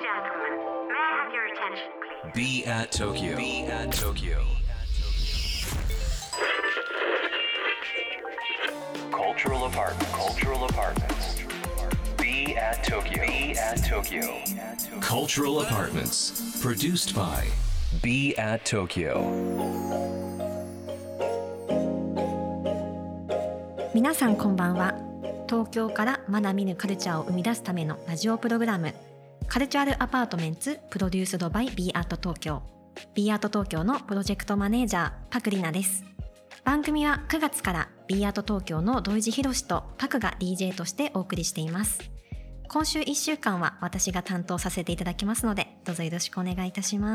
gentlemen, may I have your attention, please? Be at Tokyo. Be at Tokyo. Cultural apartments. Cultural apartments. Be at Tokyo. Be at Tokyo. Cultural apartments. Produced by Be at Tokyo. 皆さんこんばんは。東京からまだ見ぬカルチャーを生み出すためのラジオプログラム、カルチュアルアパートメンツプロデュースドバイ Be at Tokyo。 Be at Tokyo のプロジェクトマネージャーパクリナです。番組は9月から Be at Tokyo の土井地博とパクが DJ としてお送りしています。今週1週間は私が担当させていただきますので、どうぞよろしくお願いいたします。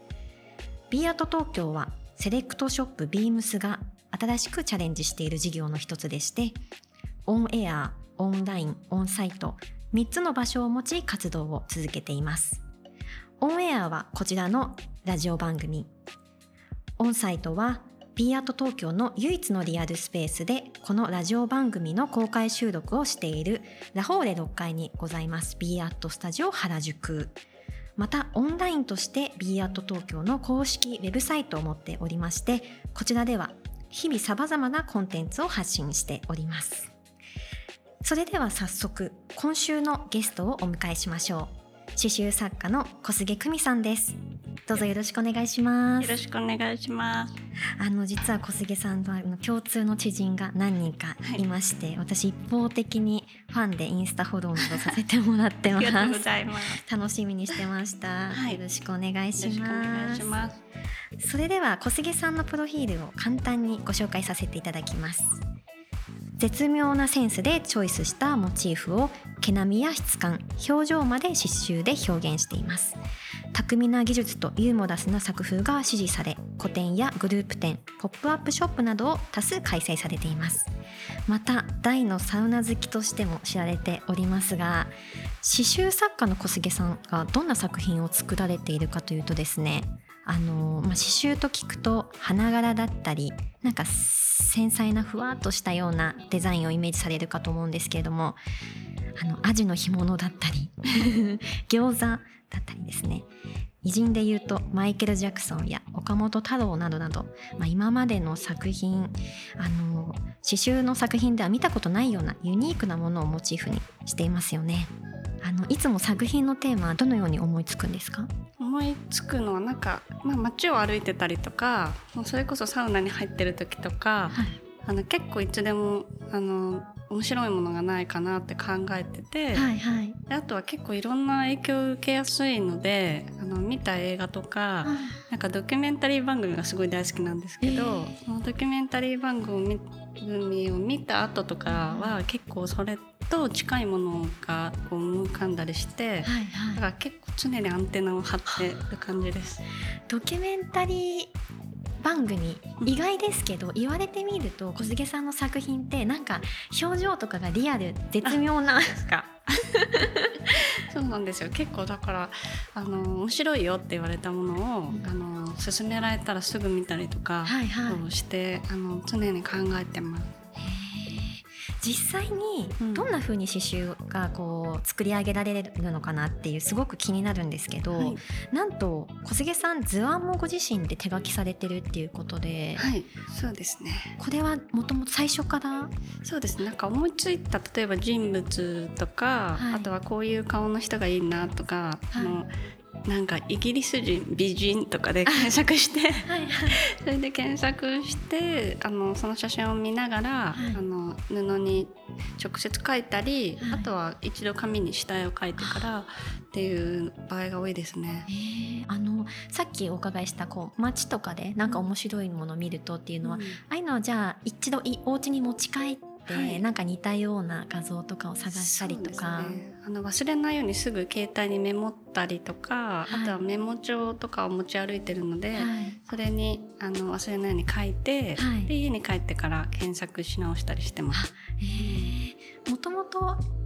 Be at Tokyo はセレクトショップ Beams が新しくチャレンジしている事業の一つでして、オンエア、オンライン、オンサイト3つの場所を持ち活動を続けています。オンエアはこちらのラジオ番組、オンサイトは Be at Tokyo の唯一のリアルスペースでこのラジオ番組の公開収録をしているラホーレ6階にございます Be at スタジオ原宿、またオンラインとして Be at Tokyo の公式ウェブサイトを持っておりまして、こちらでは日々さまざまなコンテンツを発信しております。それでは早速今週のゲストをお迎えしましょう。刺繍作家の小菅久美さんです。どうぞよろしくお願いします。 よろしくお願いします。 実は小菅さんとは共通の知人が何人かいまして、私一方的にファンでインスタフォローなどさせてもらってます。 ありがとうございます。 楽しみにしてました、はい、よろしくお願いします。 よろしくお願いします。 それでは小菅さんのプロフィールを簡単にご紹介させていただきます。絶妙なセンスでチョイスしたモチーフを毛並みや質感、表情まで刺繍で表現しています。巧みな技術とユーモラスな作風が支持され、個展やグループ展、ポップアップショップなどを多数開催されています。また大のサウナ好きとしても知られておりますが、刺繍作家の小菅さんがどんな作品を作られているかというとですね、刺繍と聞くと花柄だったり、なんか繊細なふわっとしたようなデザインをイメージされるかと思うんですけれども、アジの干物だったり餃子だったりですね、偉人でいうとマイケル・ジャクソンや岡本太郎などなど、今までの作品、刺繍の作品では見たことないようなユニークなものをモチーフにしていますよね。いつも作品のテーマはどのように思いつくんですか？ 思いつくのはなんか、街を歩いてたりとか、それこそサウナに入ってる時とか、はい、結構いつでも面白いものがないかなって考えてて、はいはい、であとは結構いろんな影響を受けやすいので、見た映画とか、なんかドキュメンタリー番組がすごい大好きなんですけど、そのドキュメンタリー番組を見た後とかは結構それと近いものがこう浮かんだりして、はいはい、だから結構常にアンテナを張ってる感じです。 ドキュメンタリー番組、意外ですけど、言われてみると小菅さんの作品ってなんか表情とかがリアル、絶妙なですかそうなんですよ。結構だから面白いよって言われたものを、勧められたらすぐ見たりとかして、常に考えてます。 実際にどんな風に刺繍がこう作り上げられるのかなっていう、すごく気になるんですけど、はい、なんと小菅さん図案もご自身で手書きされてるっていうことで、 はい、そうですね。 これはもともと最初から？ そうですね。なんか思いついた、例えば人物とか、はい、あとはこういう顔の人がいいなとか、なんかイギリス人美人とかで検索して、はいはい、それで検索してその写真を見ながら、はい、布に直接描いたり、はい、あとは一度紙に下絵を描いてからっていう場合が多いですね。 さっきお伺いした街とかでなんか面白いものを見るとっていうのは、ああいうのはじゃあ一度お家に持ち帰って、はい、なんか似たような画像とかを探したりとか、 そうですね、忘れないようにすぐ携帯にメモったりとか、はい、あとはメモ帳とかを持ち歩いてるので、はい、それに忘れないように書いて、はい、で家に帰ってから検索し直したりしてます。 もともと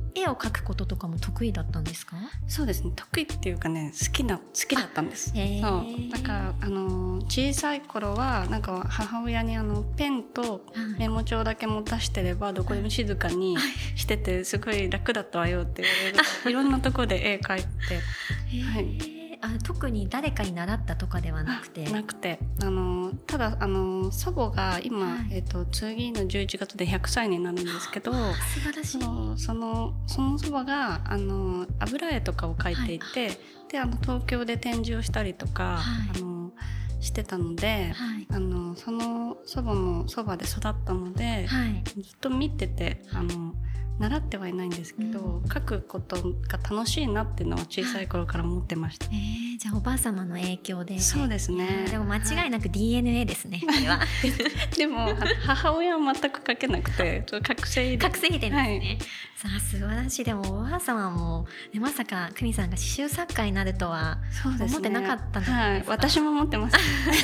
絵を描くこととかも得意だったんですか？ そうですね、得意っていうかね、好きだったんです。そうだから小さい頃はなんか母親にペンとメモ帳だけ持たしてればどこでも静かにしててすごい楽だったわよって言われるいろんなとこで絵描いて、はい、 特に誰かに習ったとかではなくてただ祖母が今、次の11月で100歳になるんですけど、 素晴らしい。 その祖母が油絵とかを描いていて、で東京で展示をしたりとか、してたので、その祖母のそばで育ったので、ずっと見てて習ってはいないんですけど、書くことが楽しいなっていうのは小さい頃から思ってました。 じゃあおばあ様の影響で。 そうですね。 でも間違いなく DNA ですね、これは。 でも母親は全く書けなくて覚醒でですね、さあ素晴らしい。でもおばあ様も、まさか久美さんが刺繍作家になるとは思ってなかったんじゃないですか？ 私も思ってます。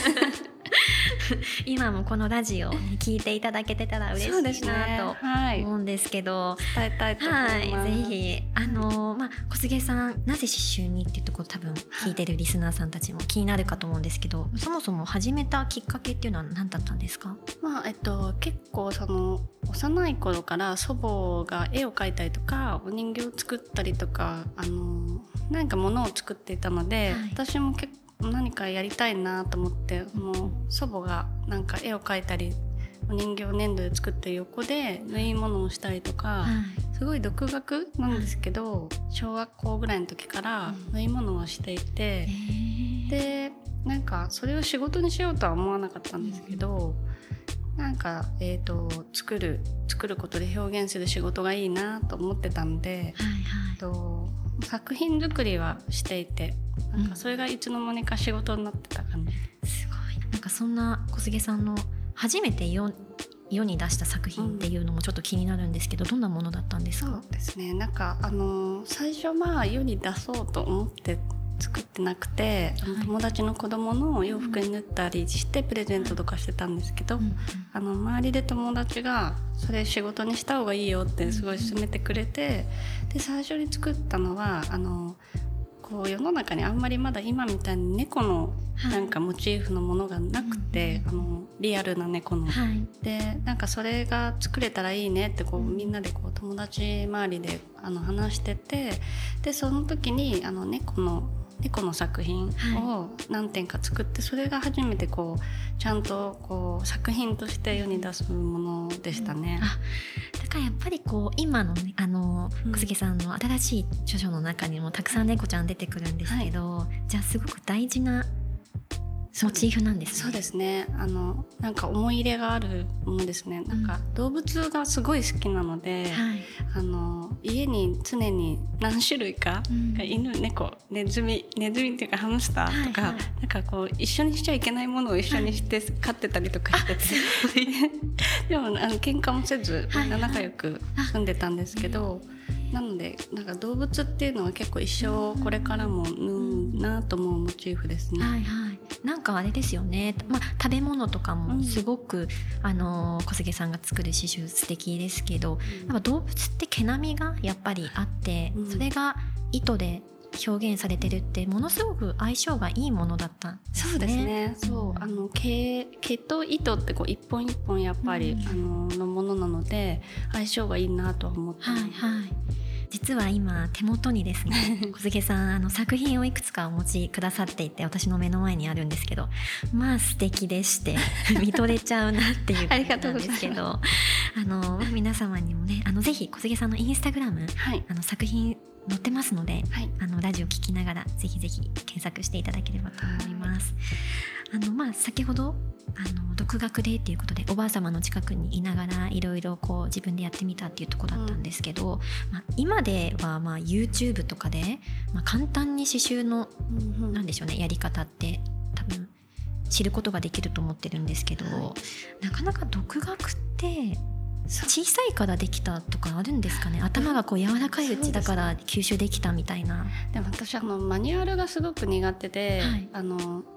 今もこのラジオを聞いていただけてたら嬉しいなと思うんですけど、 伝えたいと思います。 ぜひ小菅さん、なぜ刺繍にっていうところ多分聞いてるリスナーさんたちも気になるかと思うんですけど、そもそも始めたきっかけっていうのは何だったんですか？ 結構幼い頃から祖母が絵を描いたりとかお人形を作ったりとか何か物を作っていたので、私も結構何かやりたいなと思って、祖母がなんか絵を描いたりお人形を粘土で作ってる横で縫い物をしたりとか、すごい独学なんですけど、小学校ぐらいの時から縫い物をしていて、でなんかそれを仕事にしようとは思わなかったんですけど、なんか、作ることで表現する仕事がいいなと思ってたんで、作品作りはしていて、なんかそれがいつの間にか仕事になってた感じ。 すごい。なんかそんな小菅さんの初めて世に出した作品っていうのもちょっと気になるんですけど、どんなものだったんですか？ そうですね、なんか最初は世に出そうと思って作ってなくて、友達の子供の洋服に縫ったりしてプレゼントとかしてたんですけど、周りで友達がそれ仕事にした方がいいよってすごい勧めてくれて、で最初に作ったのはこう世の中にあんまりまだ今みたいに猫のなんかモチーフのものがなくて、リアルな猫の、でなんかそれが作れたらいいねってこうみんなでこう友達周りで話してて、でその時に猫の作品を何点か作って、それが初めてこうちゃんとこう作品として世に出すものでしたね。 だからやっぱりこう今のね小菅さんの新しい著書の中にもたくさん猫ちゃん出てくるんですけど、じゃあすごく大事なモチーフなんですね。 そうですね。なんか思い入れがあるものですね。なんか動物がすごい好きなので、家に常に何種類か、犬、猫、ネズミっていうかハムスターとか、なんかこう一緒にしちゃいけないものを一緒にして飼ってたりとかしてて、でも喧嘩もせずみんな仲良く住んでたんですけど、なのでなんか動物っていうのは結構一生これからも縫うなと思うモチーフですね。 なんかあれですよね、食べ物とかもすごく、小菅さんが作る刺繍素敵ですけど、なんか動物って毛並みがやっぱりあって、それが糸で表現されてるってものすごく相性がいいものだったんですね。 そうですね。そう毛と糸ってこう一本一本やっぱり、のものなので相性がいいなと思ってます。 実は今手元にですね小菅さん作品をいくつかお持ちくださっていて、私の目の前にあるんですけど、まあ素敵でして見とれちゃうなっていう感じなんですけど皆様にもねぜひ小菅さんのインスタグラム、作品載ってますので、ラジオ聞きながらぜひぜひ検索していただければと思います。先ほど独学でっていうことでおばあ様の近くにいながらいろいろこう自分でやってみたっていうところだったんですけど、今ではYouTube とかで、簡単に刺繍の、なんでしょうね、やり方って多分知ることができると思ってるんですけど、なかなか独学って小さいからできたとかあるんですかね。頭がこう柔らかいうちだから吸収できたみたいな。 でも私マニュアルがすごく苦手で、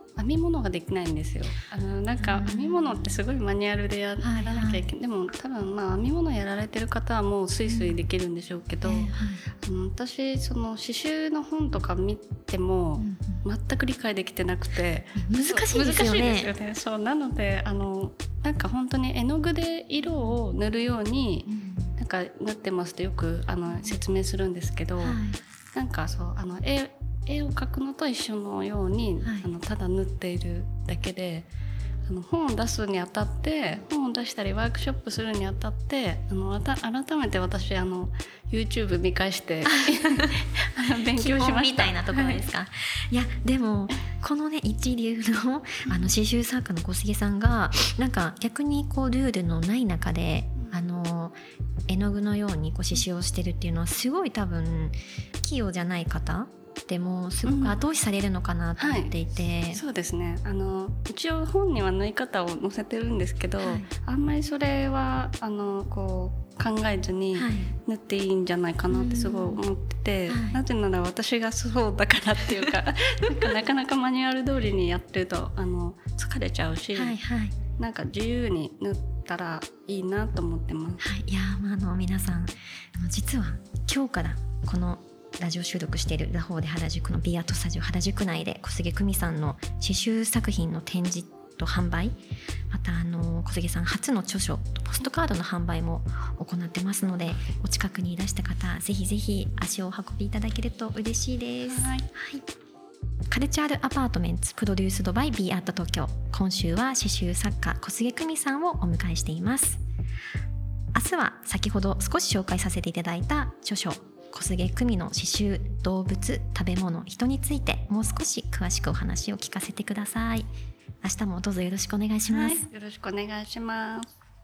編み物ができないんですよ。なんか編み物ってすごいマニュアルでやらなきゃいけない、でも多分編み物やられてる方はもうスイスイできるんでしょうけど、私その刺繍の本とか見ても全く理解できてなくて、 難しいですよね。 そうなのでなんか本当に絵の具で色を塗るようになんか塗ってますとよく説明するんですけど、なんかそう絵を描くのと一緒のように、ただ縫っているだけで、本を出すにあたって本を出したりワークショップするにあたって改めて私YouTube 見返して勉強しました。基本みたいなところですか。いやでもこのね一流の刺繍作家の小菅さんがなんか逆にこうルールのない中で絵の具のようにこう刺繍をしてるっていうのはすごい多分器用じゃない方でもすごく後押しされるのかなと思っていて、 そうですね。一応本には縫い方を載せてるんですけど、あんまりそれはこう考えずに縫っていいんじゃないかなってすごい思ってて、なぜなら私がそうだからっていうかなかなかマニュアル通りにやってると疲れちゃうし、なんか自由に縫ったらいいなと思ってます。 いや皆さん実は今日からこのラジオ収録しているラフォーデ原宿の B アートスタジオ原宿内で小菅久美さんの刺繍作品の展示と販売、また小菅さん初の著書ポストカードの販売も行ってますので、お近くにいらした方ぜひぜひ足をお運びいただけると嬉しいです。カルチャールアパートメンツプロデュースドバイ B アート東京、今週は刺繍作家小菅久美さんをお迎えしています。明日は先ほど少し紹介させていただいた著書小菅久美の刺繍、動物、食べ物、人についてもう少し詳しくお話を聞かせてください。明日もどうぞよろしくお願いします。 よろしくお願いします。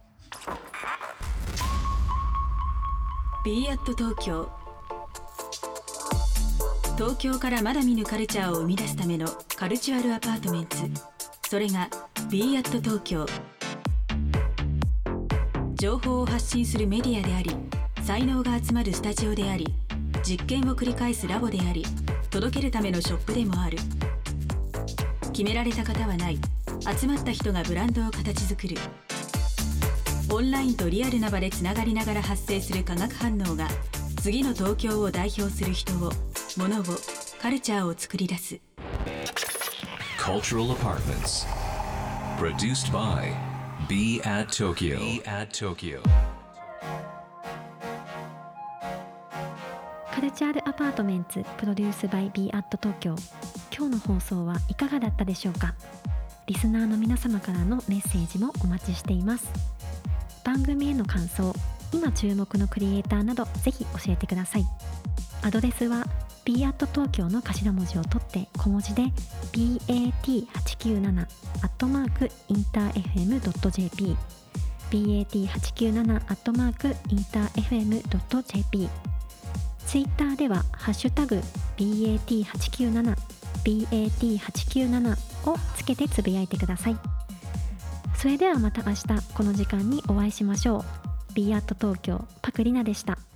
B アット東京、東京からまだ見ぬカルチャーを生み出すためのカルチュアルアパートメンツ、それが B アット東京。情報を発信するメディアであり、才能が集まるスタジオであり、実験を繰り返すラボであり、届けるためのショップでもある。決められた型はない。集まった人がブランドを形作る。オンラインとリアルな場でつながりながら発生する化学反応が、次の東京を代表する人を、物を、カルチャーを作り出す。 Cultural Apartments Produced by B at Tokyo. カルチャールアパートメンツプロデュースバイ B アット東京、今日の放送はいかがだったでしょうか。リスナーの皆様からのメッセージもお待ちしています。番組への感想、今注目のクリエイターなどぜひ教えてください。アドレスは B アット東京の頭文字を取って小文字で BAT897 @interfm.jp BAT897 @interfm.jp。ツイッターではハッシュタグ BAT897 BAT897 をつけてつぶやいてください。それではまた明日この時間にお会いしましょう。 B アット東京パクリナでした。